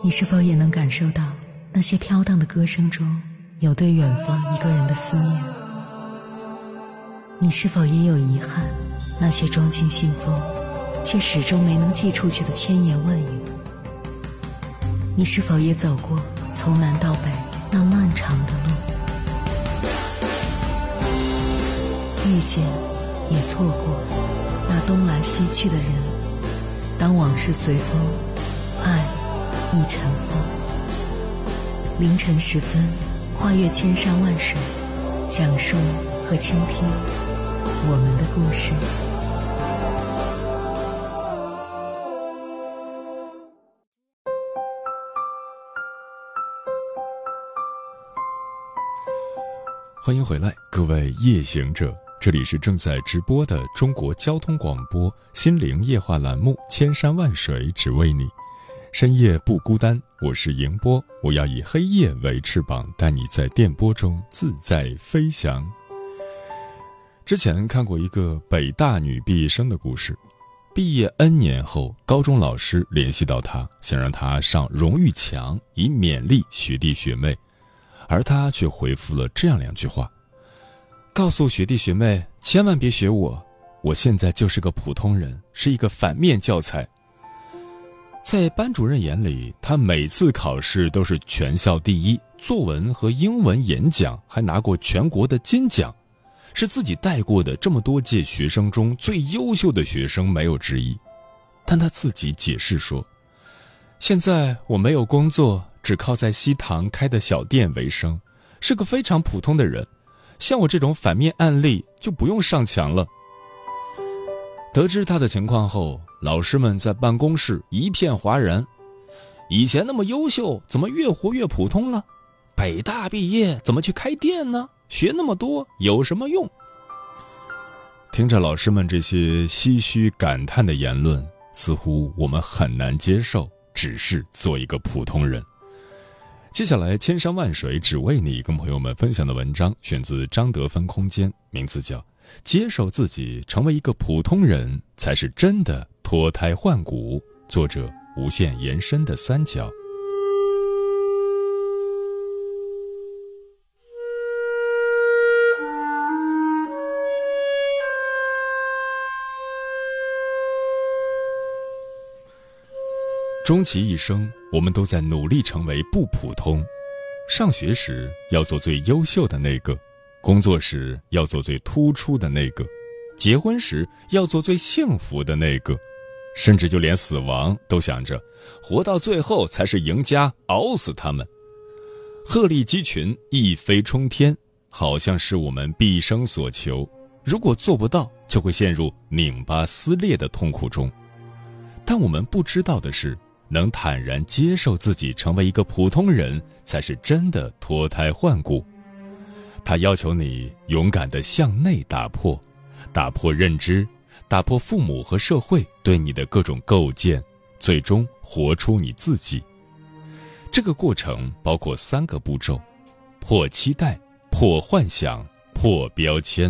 你是否也能感受到那些飘荡的歌声中有对远方一个人的思念？你是否也有遗憾，那些装进信封却始终没能寄出去的千言万语？你是否也走过从南到北那漫长的路？遇见也错过那东来西去的人，当往事随风，爱亦尘封。凌晨时分，跨越千山万水，讲述和倾听我们的故事。 欢迎回来，各位夜行者，这里是正在直播的中国交通广播心灵夜话栏目《千山万水只为你》，深夜不孤单，我是迎波，我要以黑夜为翅膀，带你在电波中自在飞翔。之前看过一个北大女毕业生的故事，毕业 N 年后，高中老师联系到她，想让她上荣誉墙，以勉励学弟学妹，而她却回复了这样2句话：告诉学弟学妹千万别学我，我现在就是个普通人，是一个反面教材。在班主任眼里，他每次考试都是全校第一，作文和英文演讲还拿过全国的金奖，是自己带过的这么多届学生中最优秀的学生，没有之一。但他自己解释说，现在我没有工作，只靠在西塘开的小店为生，是个非常普通的人，像我这种反面案例就不用上墙了。得知他的情况后，老师们在办公室一片哗然，以前那么优秀，怎么越活越普通了？北大毕业怎么去开店呢？学那么多有什么用？听着老师们这些唏嘘感叹的言论，似乎我们很难接受，只是做一个普通人。接下来千山万水只为你，跟朋友们分享的文章选自张德芬空间，名字叫接受自己成为一个普通人才是真的脱胎换骨，作者无限延伸的三角。终其一生，我们都在努力成为不普通。上学时要做最优秀的那个，工作时要做最突出的那个，结婚时要做最幸福的那个，甚至就连死亡都想着活到最后才是赢家，熬死他们。鹤立鸡群，一飞冲天，好像是我们毕生所求，如果做不到，就会陷入拧巴撕裂的痛苦中。但我们不知道的是，能坦然接受自己成为一个普通人，才是真的脱胎换骨。他要求你勇敢地向内打破认知，打破父母和社会对你的各种构建，最终活出你自己。这个过程包括3个步骤：破期待、破幻想、破标签。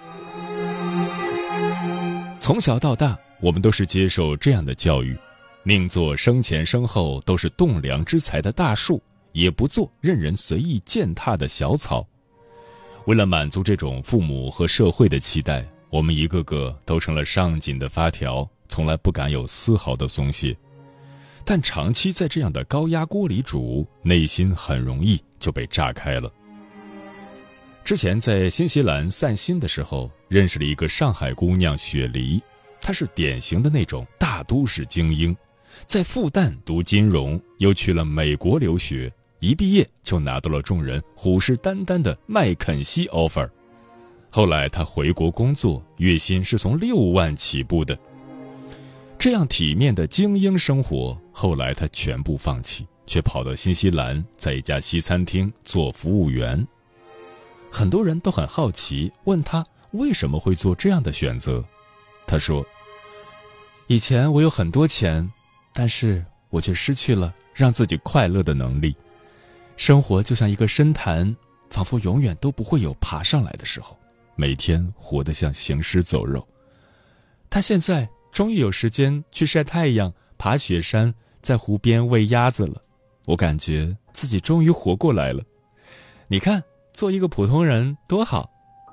从小到大，我们都是接受这样的教育，宁做生前身后都是栋梁之才的大树，也不做任人随意践踏的小草。为了满足这种父母和社会的期待，我们一个个都成了上紧的发条，从来不敢有丝毫的松懈。但长期在这样的高压锅里煮，内心很容易就被炸开了。之前在新西兰散心的时候，认识了一个上海姑娘雪梨，她是典型的那种大都市精英，在复旦读金融，又去了美国留学，一毕业就拿到了众人虎视眈眈的麦肯锡 offer。 后来他回国工作，月薪是从6万起步的。这样体面的精英生活，后来他全部放弃，却跑到新西兰，在一家西餐厅做服务员。很多人都很好奇，问他为什么会做这样的选择。他说，以前我有很多钱，但是我却失去了让自己快乐的能力。生活就像一个深潭，仿佛永远都不会有爬上来的时候，每天活得像行尸走肉。他现在终于有时间去晒太阳、爬雪山，在湖边喂鸭子了， 我感觉自己终于活过来了。你看，做一个普通人多好。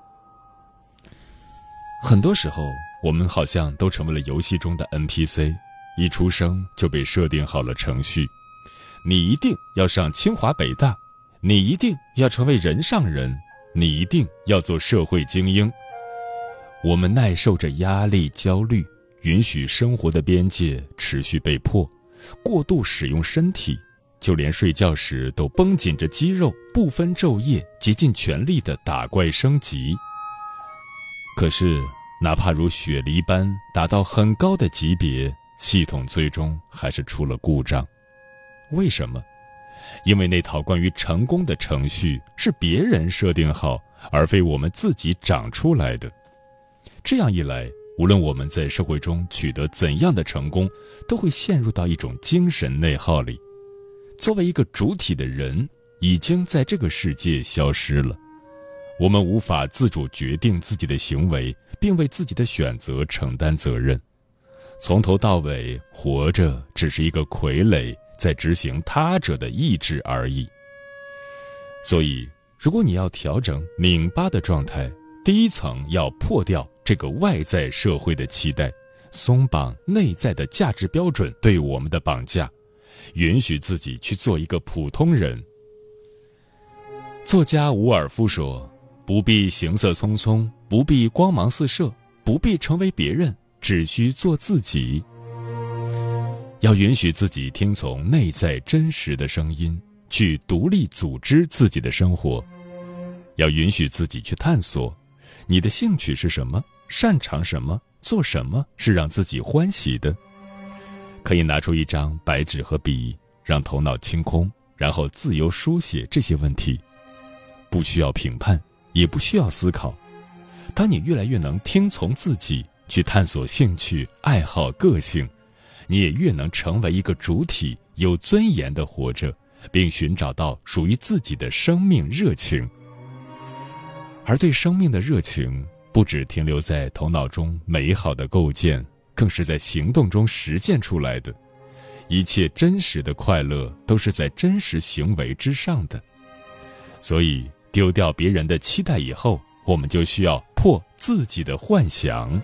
很多时候，我们好像都成为了游戏中的 NPC， 一出生就被设定好了程序。你一定要上清华北大，你一定要成为人上人，你一定要做社会精英。我们耐受着压力、焦虑，允许生活的边界持续被破，过度使用身体，就连睡觉时都绷紧着肌肉，不分昼夜，竭尽全力地打怪升级。可是，哪怕如雪梨般达到很高的级别，系统最终还是出了故障。为什么？因为那套关于成功的程序是别人设定好，而非我们自己长出来的。这样一来，无论我们在社会中取得怎样的成功，都会陷入到一种精神内耗里。作为一个主体的人，已经在这个世界消失了。我们无法自主决定自己的行为，并为自己的选择承担责任。从头到尾，活着只是一个傀儡，在执行他者的意志而已。所以，如果你要调整拧巴的状态，第一层要破掉这个外在社会的期待，松绑内在的价值标准对我们的绑架，允许自己去做一个普通人。作家伍尔夫说，不必行色匆匆，不必光芒四射，不必成为别人，只需做自己。要允许自己听从内在真实的声音，去独立组织自己的生活。要允许自己去探索，你的兴趣是什么，擅长什么，做什么是让自己欢喜的。可以拿出一张白纸和笔，让头脑清空，然后自由书写这些问题。不需要评判，也不需要思考。当你越来越能听从自己，去探索兴趣、爱好、个性，你也越能成为一个主体，有尊严地活着，并寻找到属于自己的生命热情。而对生命的热情，不只停留在头脑中美好的构建，更是在行动中实践出来的。一切真实的快乐，都是在真实行为之上的。所以，丢掉别人的期待以后，我们就需要破自己的幻想。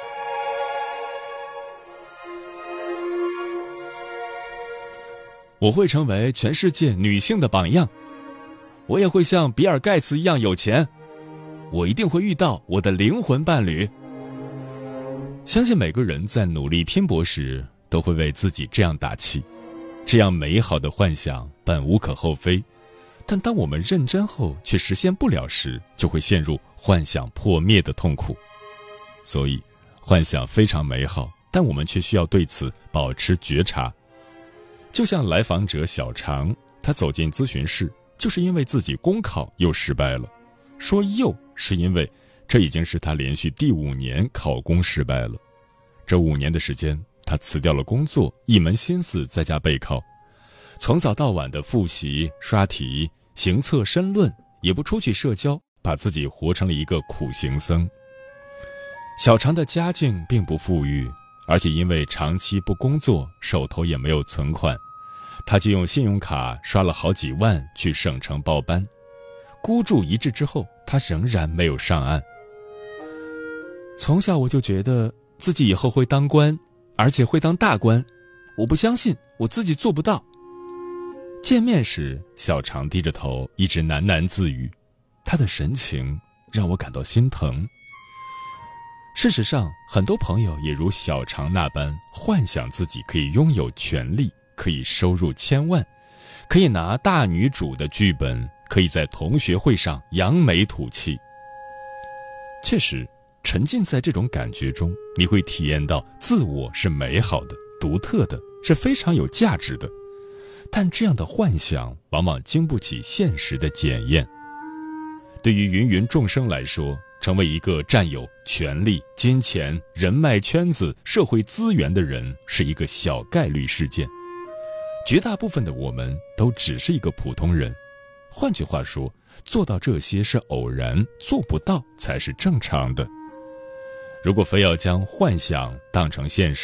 我会成为全世界女性的榜样，我也会像比尔盖茨一样有钱，我一定会遇到我的灵魂伴侣。相信每个人在努力拼搏时，都会为自己这样打气。这样美好的幻想本无可厚非，但当我们认真后却实现不了时，就会陷入幻想破灭的痛苦。所以，幻想非常美好，但我们却需要对此保持觉察。就像来访者小常，他走进咨询室，就是因为自己公考又失败了。说又是因为这已经是他连续第5年考公失败了。这5年的时间，他辞掉了工作，一门心思在家备考，从早到晚的复习、刷题、行测申论，也不出去社交，把自己活成了一个苦行僧。小常的家境并不富裕，而且因为长期不工作，手头也没有存款，他就用信用卡刷了好几万去省城报班。孤注一掷之后，他仍然没有上岸。从小我就觉得自己以后会当官，而且会当大官，我不相信我自己做不到。见面时，小常低着头，一直喃喃自语，他的神情让我感到心疼。事实上，很多朋友也如小常那般，幻想自己可以拥有权力，可以收入1000万，可以拿大女主的剧本，可以在同学会上扬眉吐气。确实，沉浸在这种感觉中，你会体验到自我是美好的、独特的，是非常有价值的。但这样的幻想往往经不起现实的检验。对于芸芸众生来说，成为一个占有权力、金钱、人脉圈子、社会资源的人是一个小概率事件。绝大部分的我们都只是一个普通人。换句话说，做到这些是偶然，做不到才是正常的。如果非要将幻想当成现实，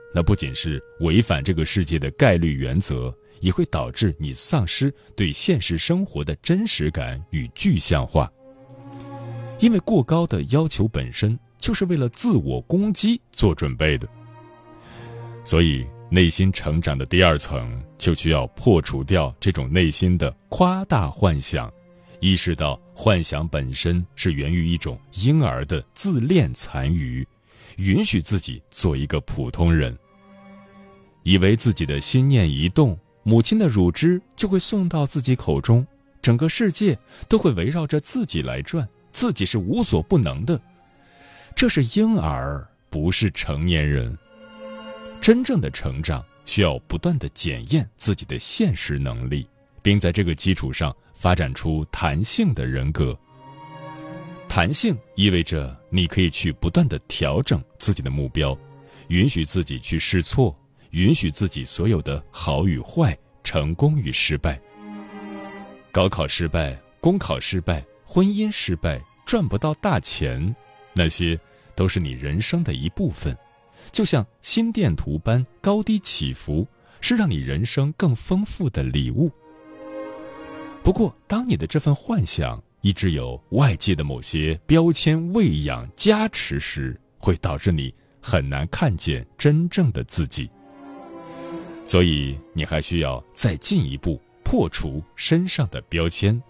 那不仅是违反这个世界的概率原则，也会导致你丧失对现实生活的真实感与具象化。因为过高的要求本身就是为了自我攻击做准备的。所以内心成长的第二层就需要破除掉这种内心的夸大幻想，意识到幻想本身是源于一种婴儿的自恋残余，允许自己做一个普通人。以为自己的心念一动，母亲的乳汁就会送到自己口中，整个世界都会围绕着自己来转，自己是无所不能的。这是婴儿，不是成年人。真正的成长需要不断地检验自己的现实能力，并在这个基础上发展出弹性的人格。弹性意味着你可以去不断地调整自己的目标，允许自己去试错，允许自己所有的好与坏，成功与失败。高考失败，公考失败，婚姻失败，赚不到大钱，那些都是你人生的一部分，就像心电图般高低起伏，是让你人生更丰富的礼物。不过，当你的这份幻想一直有外界的某些标签喂养加持时，会导致你很难看见真正的自己。所以，你还需要再进一步破除身上的标签。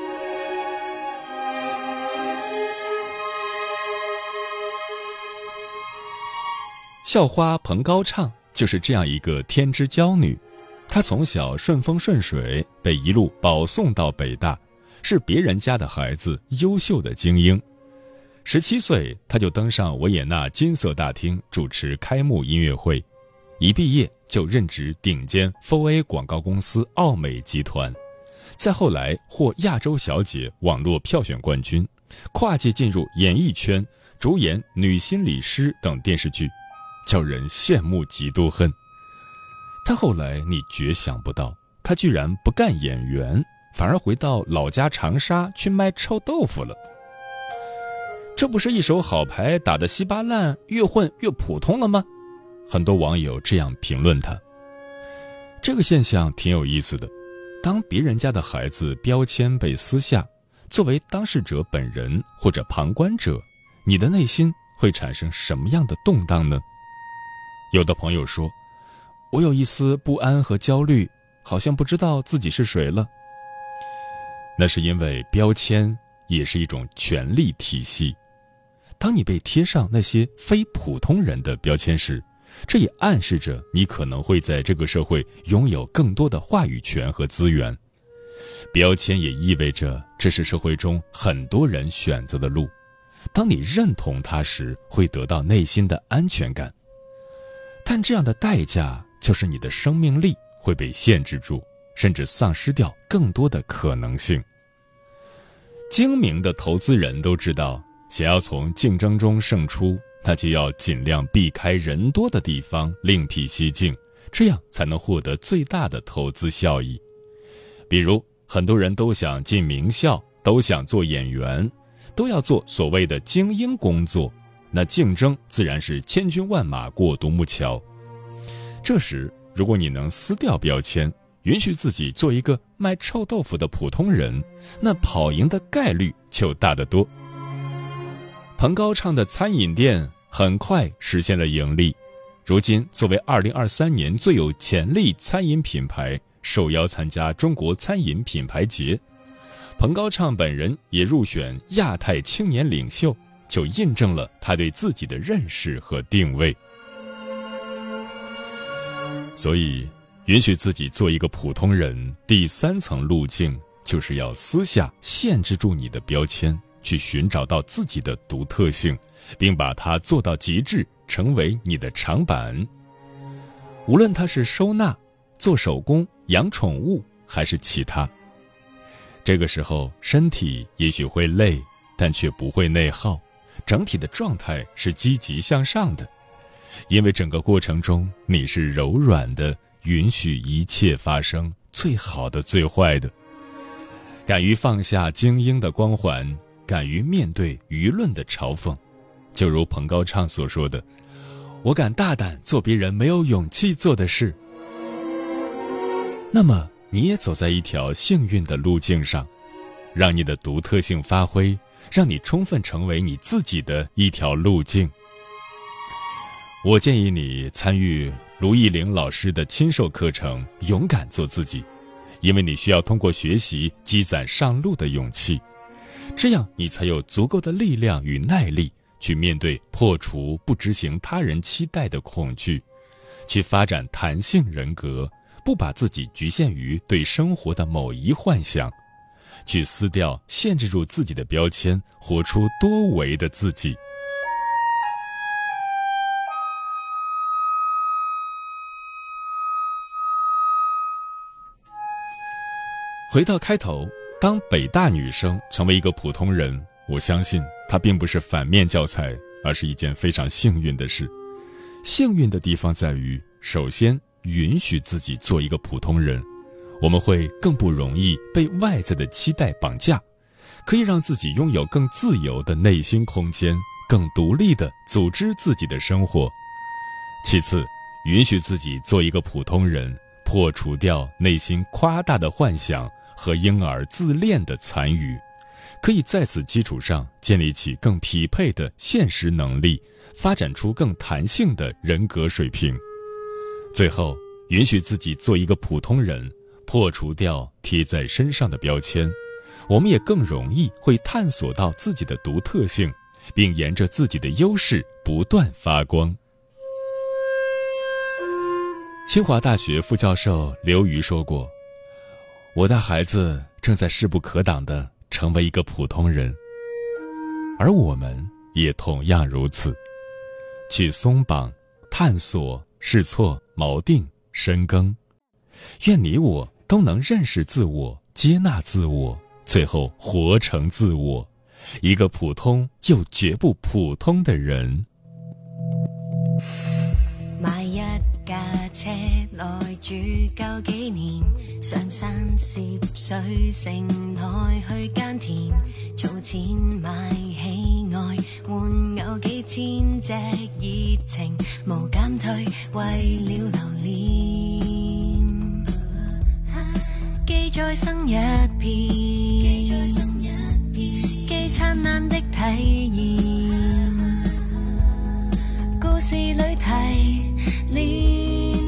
校花彭高畅就是这样一个天之娇女，她从小顺风顺水，被一路保送到北大，是别人家的孩子，优秀的精英。17岁，她就登上维也纳金色大厅主持开幕音乐会，一毕业就任职顶尖 4A 广告公司奥美集团，再后来获亚洲小姐网络票选冠军，跨界进入演艺圈，主演《女心理师》等电视剧，叫人羡慕嫉妒恨。但后来你绝想不到，他居然不干演员，反而回到老家长沙去卖臭豆腐了。这不是一手好牌打得稀巴烂，越混越普通了吗？很多网友这样评论他。这个现象挺有意思的，当别人家的孩子标签被撕下，作为当事者本人或者旁观者，你的内心会产生什么样的动荡呢？有的朋友说，我有一丝不安和焦虑，好像不知道自己是谁了。那是因为标签也是一种权力体系。当你被贴上那些非普通人的标签时，这也暗示着你可能会在这个社会拥有更多的话语权和资源。标签也意味着这是社会中很多人选择的路，当你认同它时，会得到内心的安全感。但这样的代价就是你的生命力会被限制住，甚至丧失掉更多的可能性。精明的投资人都知道，想要从竞争中胜出，那就要尽量避开人多的地方，另辟蹊径，这样才能获得最大的投资效益。比如，很多人都想进名校，都想做演员，都要做所谓的精英工作，那竞争自然是千军万马过独木桥。这时，如果你能撕掉标签，允许自己做一个卖臭豆腐的普通人，那跑赢的概率就大得多。彭高畅的餐饮店很快实现了盈利，如今作为2023年最有潜力餐饮品牌，受邀参加中国餐饮品牌节。彭高畅本人也入选亚太青年领袖，就印证了他对自己的认识和定位。所以，允许自己做一个普通人，第3层路径就是要撕下限制住你的标签，去寻找到自己的独特性，并把它做到极致，成为你的长板。无论它是收纳、做手工、养宠物，还是其他。这个时候，身体也许会累，但却不会内耗，整体的状态是积极向上的。因为整个过程中你是柔软的，允许一切发生，最好的最坏的。敢于放下精英的光环，敢于面对舆论的嘲讽。就如彭高畅所说的， 我敢大胆做别人没有勇气做的事。那么你也走在一条幸运的路径上，让你的独特性发挥，让你充分成为你自己的一条路径。我建议你参与卢艺玲老师的亲授课程《勇敢做自己》，因为你需要通过学习积攒上路的勇气，这样你才有足够的力量与耐力去面对破除不执行他人期待的恐惧，去发展弹性人格，不把自己局限于对生活的某一幻想，去撕掉限制住自己的标签，活出多维的自己。回到开头，当北大女生成为一个普通人，我相信她并不是反面教材，而是一件非常幸运的事。幸运的地方在于，首先允许自己做一个普通人，我们会更不容易被外在的期待绑架，可以让自己拥有更自由的内心空间，更独立地组织自己的生活。其次，允许自己做一个普通人，破除掉内心夸大的幻想和婴儿自恋的残余，可以在此基础上建立起更匹配的现实能力，发展出更弹性的人格水平。最后，允许自己做一个普通人，破除掉贴在身上的标签，我们也更容易会探索到自己的独特性，并沿着自己的优势不断发光。清华大学副教授刘瑜说过，我的孩子正在势不可挡地成为一个普通人，而我们也同样如此。去松绑、探索、试错、锚定、深耕，愿你我都能认识自我，接纳自我，最后活成自我，一个普通又绝不普通的人。 买一架車來住夠幾年，上山涉水城內去耕田，儲錢買喜愛，換有幾千隻熱情，無減退，為了留念，記在生一片，記燦爛的體驗，故事裏提煉。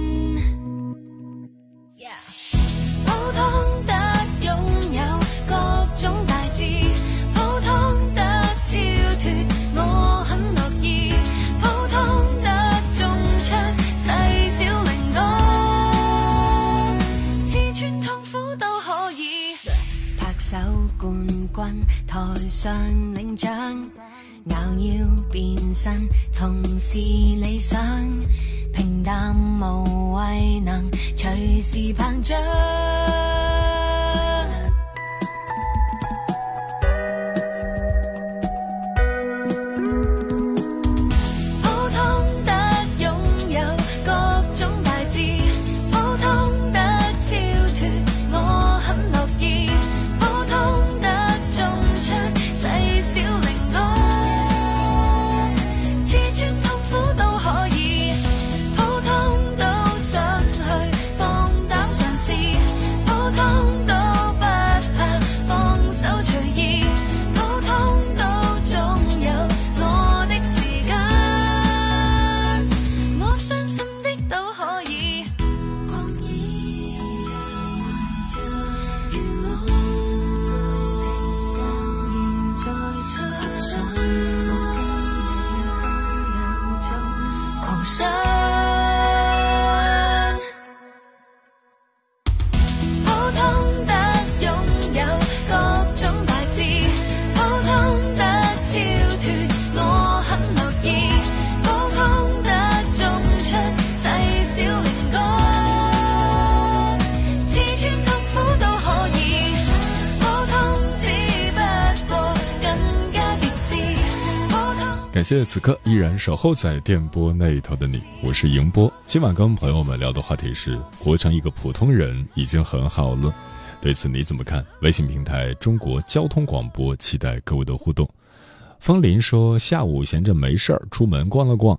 普通得擁有各種大志，普通得超脫，我很樂意。普通得種出細小靈感，刺穿痛苦都可以。拍手冠軍，台上領獎，咬腰變身，同是理想。平淡無謂能隨時膨脹。 感谢此刻依然守候在电波那头的你，我是迎波。今晚跟朋友们聊的话题是活成一个普通人已经很好了，对此你怎么看？微信平台中国交通广播，期待各位的互动。风林说，下午闲着没事儿出门逛了逛，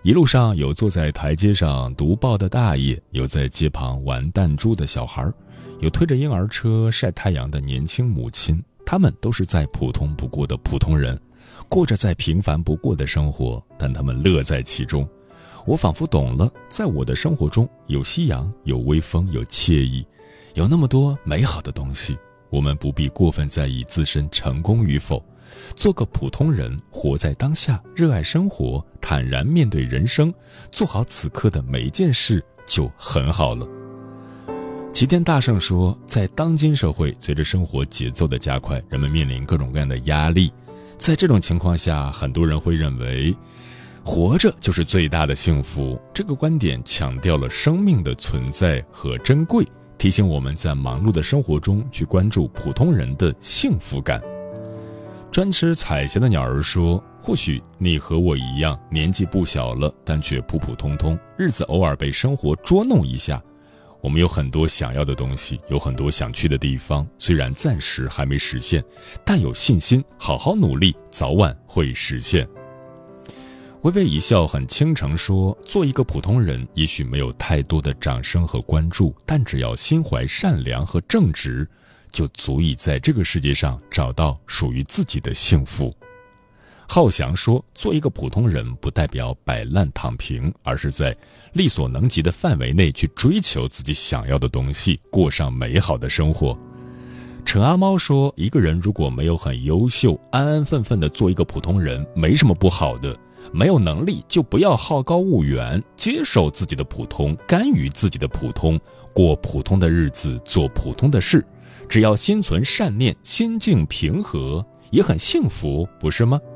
一路上有坐在台阶上读报的大爷，有在街旁玩弹珠的小孩，有推着婴儿车晒太阳的年轻母亲，他们都是再普通不过的普通人，过着再平凡不过的生活，但他们乐在其中。我仿佛懂了，在我的生活中有夕阳，有微风，有惬意，有那么多美好的东西，我们不必过分在意自身成功与否，做个普通人，活在当下，热爱生活，坦然面对人生，做好此刻的每一件事就很好了。齐天大圣说，在当今社会，随着生活节奏的加快，人们面临各种各样的压力，在这种情况下，很多人会认为活着就是最大的幸福。这个观点强调了生命的存在和珍贵，提醒我们在忙碌的生活中去关注普通人的幸福感。专吃彩霞的鸟儿说，或许你和我一样年纪不小了，但却普普通通，日子偶尔被生活捉弄一下。我们有很多想要的东西，有很多想去的地方，虽然暂时还没实现，但有信心，好好努力，早晚会实现。微微一笑很倾城说，做一个普通人也许没有太多的掌声和关注，但只要心怀善良和正直，就足以在这个世界上找到属于自己的幸福。浩翔说，做一个普通人不代表摆烂躺平，而是在力所能及的范围内去追求自己想要的东西，过上美好的生活。陈阿猫说，一个人如果没有很优秀，安安分分的做一个普通人，没什么不好的。没有能力就不要好高骛远，接受自己的普通，甘于自己的普通，过普通的日子，做普通的事，只要心存善念，心境平和，也很幸福，不是吗？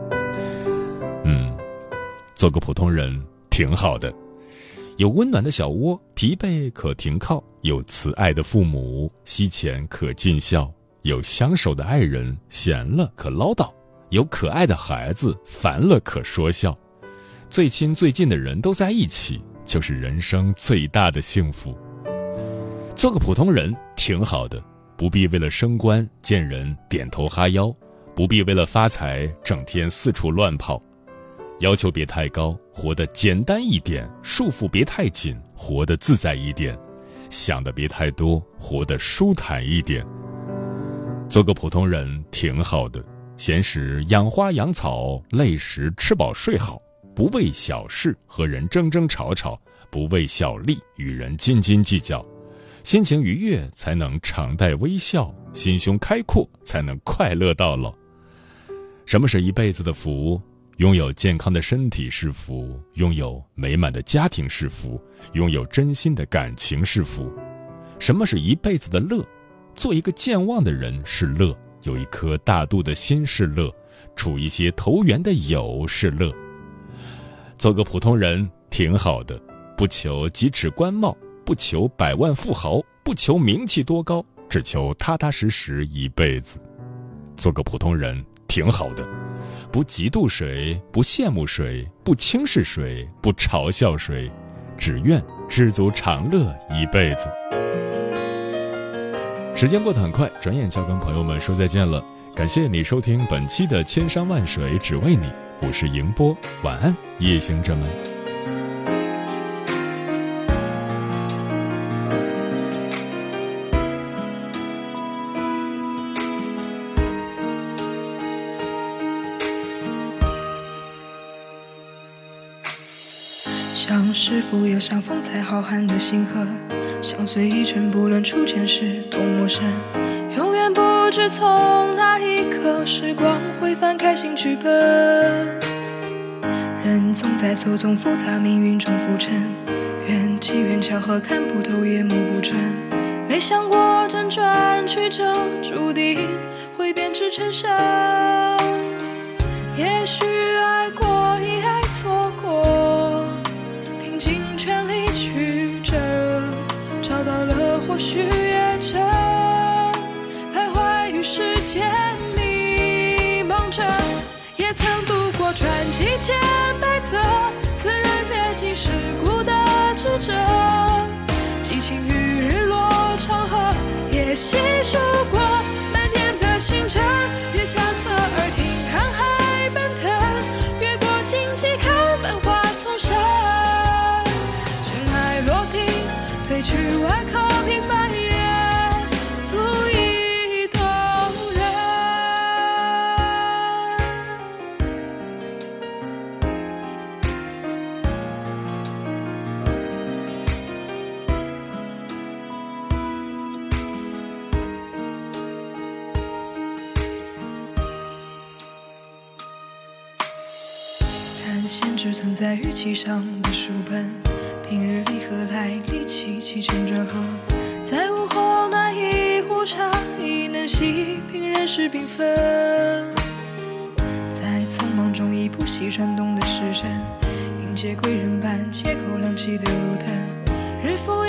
做个普通人挺好的，有温暖的小窝，疲惫可停靠，有慈爱的父母，惜钱可尽孝，有相守的爱人，闲了可唠叨，有可爱的孩子，烦了可说笑，最亲最近的人都在一起，就是人生最大的幸福。做个普通人挺好的，不必为了升官见人点头哈腰，不必为了发财整天四处乱跑，要求别太高，活得简单一点，束缚别太紧，活得自在一点，想的别太多，活得舒坦一点。做个普通人挺好的，闲时养花养草，累时吃饱睡好，不为小事和人争争吵吵，不为小利与人斤斤计较，心情愉悦才能常带微笑，心胸开阔才能快乐到老。什么是一辈子的福？拥有健康的身体是福，拥有美满的家庭是福，拥有真心的感情是福。什么是一辈子的乐？做一个健忘的人是乐，有一颗大度的心是乐，处一些投缘的友是乐。做个普通人挺好的，不求几尺官帽，不求百万富豪，不求名气多高，只求踏踏实实一辈子。做个普通人挺好的，不嫉妒谁，不羡慕谁，不轻视谁，不嘲笑谁，只愿知足常乐一辈子。时间过得很快，转眼就要跟朋友们说再见了。感谢你收听本期的千山万水只为你，我是迎波，晚安，夜行者们。 像是否有像风采浩瀚的星河，像随意尘不论初见时多陌生，永远不知从哪一刻时光会翻开新剧本。人总在错综复杂命运中浮沉，缘起缘巧合看不透也摸不准，没想过辗转曲折注定会变质成生。也许爱过亦爱错过，拼尽全力曲折，找到了或许也真，徘徊于世间迷茫着，也曾度过传奇间百泽，自认阅尽世故的智者，激情于日落长河，也细数过漫天的星辰，月下侧耳听航海奔腾，越过荆棘看繁华丛生， 爱靠平白也足以动人。看线只存在日记上的书本，平日里何来力气起承转合？在午后暖一壶茶，亦能细品人事缤纷。在匆忙中已不惜转动的时针，迎接贵人般借口亮起的路灯，日复